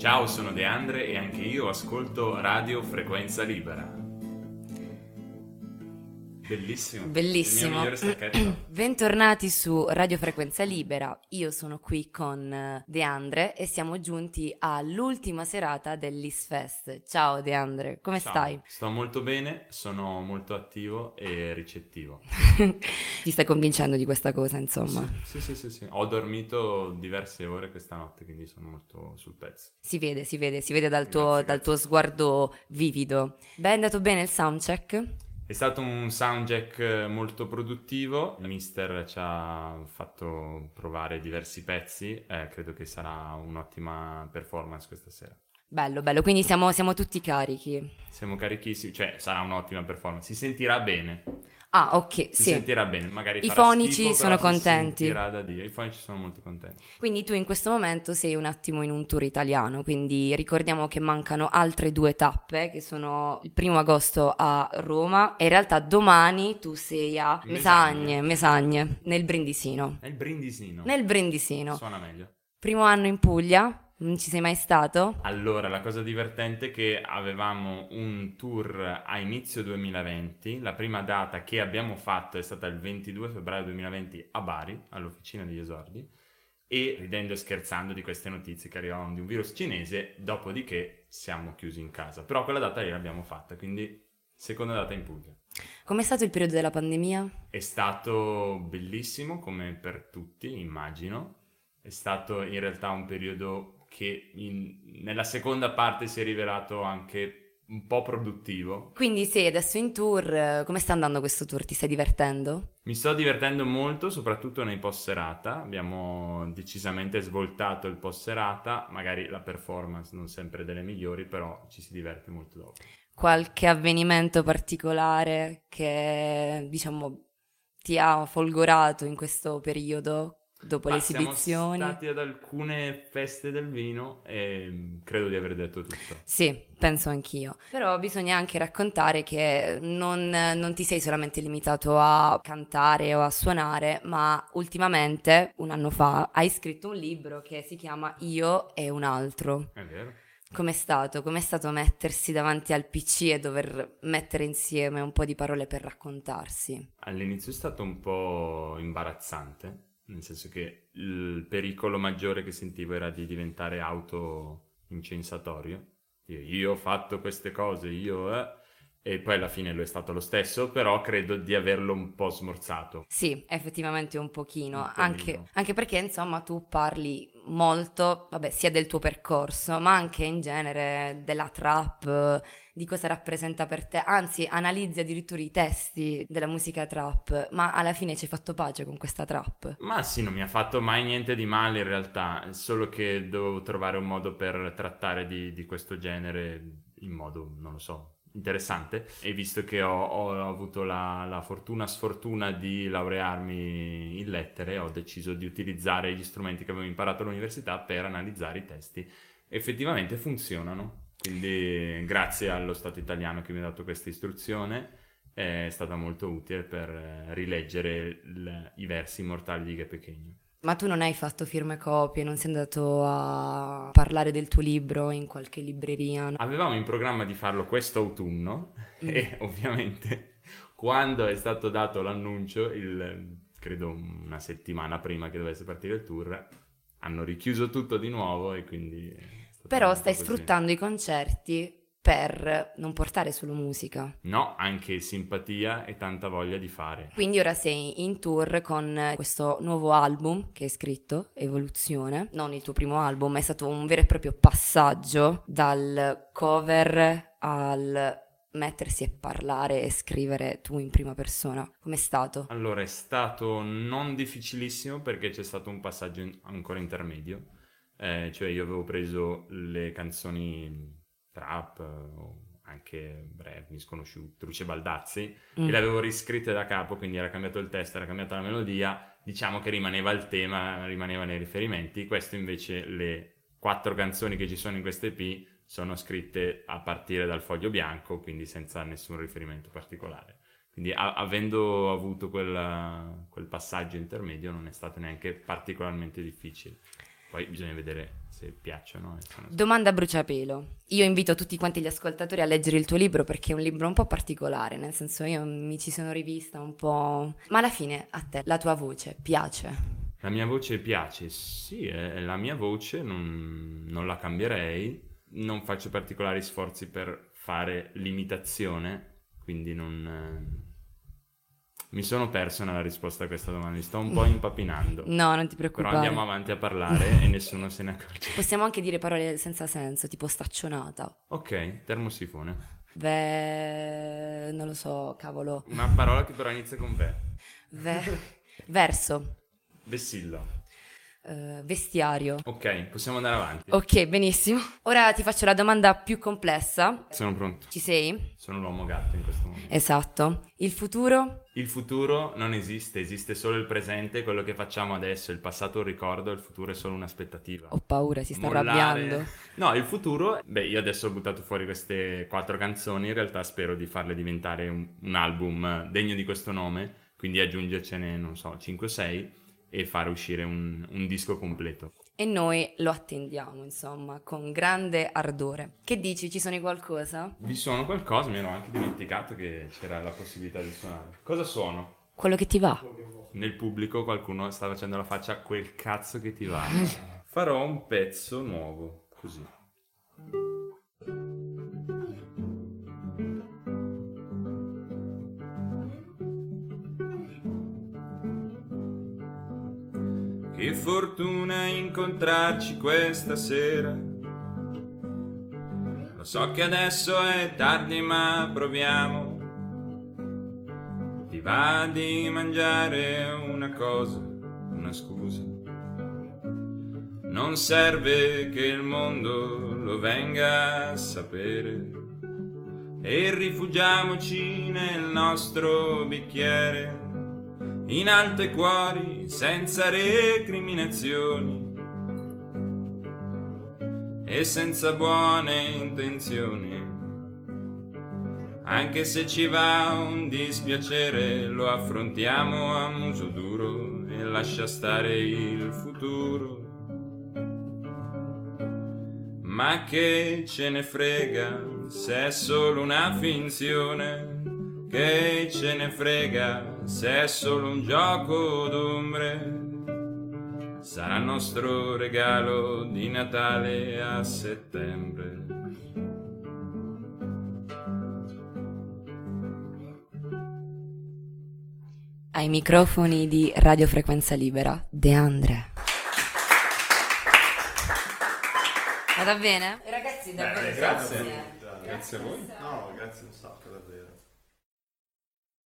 Ciao, sono De Andre e anche io ascolto Radio Frequenza Libera. Bellissimo, il mio Bellissimo. migliore stacchetto. Bentornati su Radio Frequenza Libera. Io sono qui con De Andre e siamo giunti all'ultima serata dell'Isfest. Ciao De Andre, come stai? Ciao, sto molto bene, sono molto attivo e ricettivo. Ti stai convincendo di questa cosa, insomma. Sì. Ho dormito diverse ore questa notte, quindi sono molto sul pezzo. Si vede dal Grazie, dal tuo grazie. sguardo vivido. Beh, è andato bene il soundcheck? È stato un soundcheck molto produttivo, il mister ci ha fatto provare diversi pezzi, credo che sarà un'ottima performance questa sera. Bello, bello, quindi siamo tutti carichi. Siamo carichissimi, cioè sarà un'ottima performance, si sentirà bene, Ah, ok, si sì. sentirà bene, magari I farà fonici schifo, sono però si contenti. sentirà da Dio, i fonici sono molto contenti. Quindi tu in questo momento sei un attimo in un tour italiano, quindi ricordiamo che mancano altre due tappe, che sono il 1° agosto a Roma e in realtà domani tu sei a Mesagne, nel Brindisino. È il Brindisino, Nel Brindisino. suona meglio. Primo anno in Puglia, non ci sei mai stato? Allora, la cosa divertente è che avevamo un tour a inizio 2020, la prima data che abbiamo fatto è stata il 22 febbraio 2020 a Bari, all'Officina degli Esordi, e ridendo e scherzando di queste notizie che arrivavano di un virus cinese, dopodiché siamo chiusi in casa. Però quella data lì l'abbiamo fatta, quindi seconda data in Puglia. Com'è stato il periodo della pandemia? È stato bellissimo, come per tutti, immagino. È stato in realtà un periodo che nella seconda parte si è rivelato anche un po' produttivo. Quindi sei adesso in tour, come sta andando questo tour? Ti stai divertendo? Mi sto divertendo molto, soprattutto nei post serata. Abbiamo decisamente svoltato il post serata, magari la performance non sempre delle migliori, però ci si diverte molto dopo. Qualche avvenimento particolare che, diciamo, ti ha folgorato in questo periodo dopo le Ma siamo esibizioni? stati ad alcune feste del vino e credo di aver detto tutto. Sì, penso anch'io. Però bisogna anche raccontare che non ti sei solamente limitato a cantare o a suonare, ma ultimamente, un anno fa, hai scritto un libro che si chiama Io e un altro. È vero? Com'è stato? Com'è stato mettersi davanti al PC e dover mettere insieme un po' di parole per raccontarsi? All'inizio è stato un po' imbarazzante, nel senso che il pericolo maggiore che sentivo era di diventare auto-incensatorio. Io ho fatto queste cose, e poi alla fine lo è stato lo stesso, però credo di averlo un po' smorzato, Sì, effettivamente un pochino, un pelino. anche perché insomma tu parli molto, vabbè, sia del tuo percorso, ma anche in genere della trap, di cosa rappresenta per te, anzi analizzi addirittura i testi della musica trap, ma alla fine ci hai fatto pace con questa trap. Ma sì, non mi ha fatto mai niente di male in realtà, solo che dovevo trovare un modo per trattare di questo genere in modo, non lo so, interessante. E visto che ho avuto la fortuna sfortuna di laurearmi in lettere, ho deciso di utilizzare gli strumenti che avevo imparato all'università per analizzare i testi. Effettivamente funzionano, quindi grazie allo Stato italiano che mi ha dato questa istruzione è stata molto utile per rileggere i versi immortali di Ghe Pequeno. Ma tu non hai fatto firme copie, non sei andato a parlare del tuo libro in qualche libreria? No? Avevamo in programma di farlo questo autunno Mm. e ovviamente quando è stato dato l'annuncio, credo una settimana prima che dovesse partire il tour, hanno richiuso tutto di nuovo e quindi è stato Però un po' stai così. sfruttando i concerti per non portare solo musica. No, anche simpatia e tanta voglia di fare. Quindi ora sei in tour con questo nuovo album che hai scritto, Evoluzione. Non il tuo primo album, è stato un vero e proprio passaggio dal cover al mettersi e parlare e scrivere tu in prima persona. Com'è stato? Allora, è stato non difficilissimo perché c'è stato un passaggio ancora intermedio, cioè io avevo preso le canzoni trap o anche rap, misconosciuti, Truce Baldazzi, e Mm. le avevo riscritte da capo, quindi era cambiato il testo, era cambiata la melodia, diciamo che rimaneva il tema, rimanevano i riferimenti. Questo invece, le 4 canzoni che ci sono in questo EP sono scritte a partire dal foglio bianco, quindi senza nessun riferimento particolare. Quindi avendo avuto quel passaggio intermedio non è stato neanche particolarmente difficile. Poi bisogna vedere se piacciono. Domanda a bruciapelo. Io invito tutti quanti gli ascoltatori a leggere il tuo libro perché è un libro un po' particolare, nel senso io mi ci sono rivista un po'... Ma alla fine a te la tua voce piace? La mia voce piace, sì, è la mia voce, non la cambierei, non faccio particolari sforzi per fare l'imitazione, quindi non... Mi sono perso nella risposta a questa domanda, mi sto un po' impappinando. No, non ti preoccupare. Però andiamo avanti a parlare e nessuno se ne accorge. Possiamo anche dire parole senza senso, tipo staccionata. Ok, termosifone. Non lo so, cavolo. Una parola che però inizia con Verso. Vessillo. Vestiario. Ok, possiamo andare avanti. Ok, benissimo. Ora ti faccio la domanda più complessa. Sono pronto. Ci sei? Sono l'uomo gatto in questo momento. Esatto. Il futuro? Il futuro non esiste solo il presente, quello che facciamo adesso, il passato è un ricordo, il futuro è solo un'aspettativa. Ho paura, si sta arrabbiando. No, il futuro, io adesso ho buttato fuori queste 4 canzoni, in realtà spero di farle diventare un album degno di questo nome, quindi aggiungercene, non so, 5 o 6 e fare uscire un disco completo. E noi lo attendiamo, insomma, con grande ardore. Che dici, ci suoni qualcosa? Vi suono qualcosa, mi ero anche dimenticato che c'era la possibilità di suonare. Cosa suono? Quello che ti va. Nel pubblico qualcuno sta facendo la faccia quel cazzo che ti va. Farò un pezzo nuovo, così. Che fortuna incontrarci questa sera. Lo so che adesso è tardi ma proviamo. Ti va di mangiare una cosa, una scusa. Non serve che il mondo lo venga a sapere. E rifugiamoci nel nostro bicchiere. In alto i cuori, senza recriminazioni e senza buone intenzioni. Anche se ci va un dispiacere, lo affrontiamo a muso duro e lascia stare il futuro. Ma che ce ne frega se è solo una finzione? Che ce ne frega se è solo un gioco d'ombre? Sarà il nostro regalo di Natale a settembre. Ai microfoni di Radio Frequenza Libera, De Andre. Vada bene? Ragazzi, davvero Grazie a voi. No, grazie un sacco, davvero.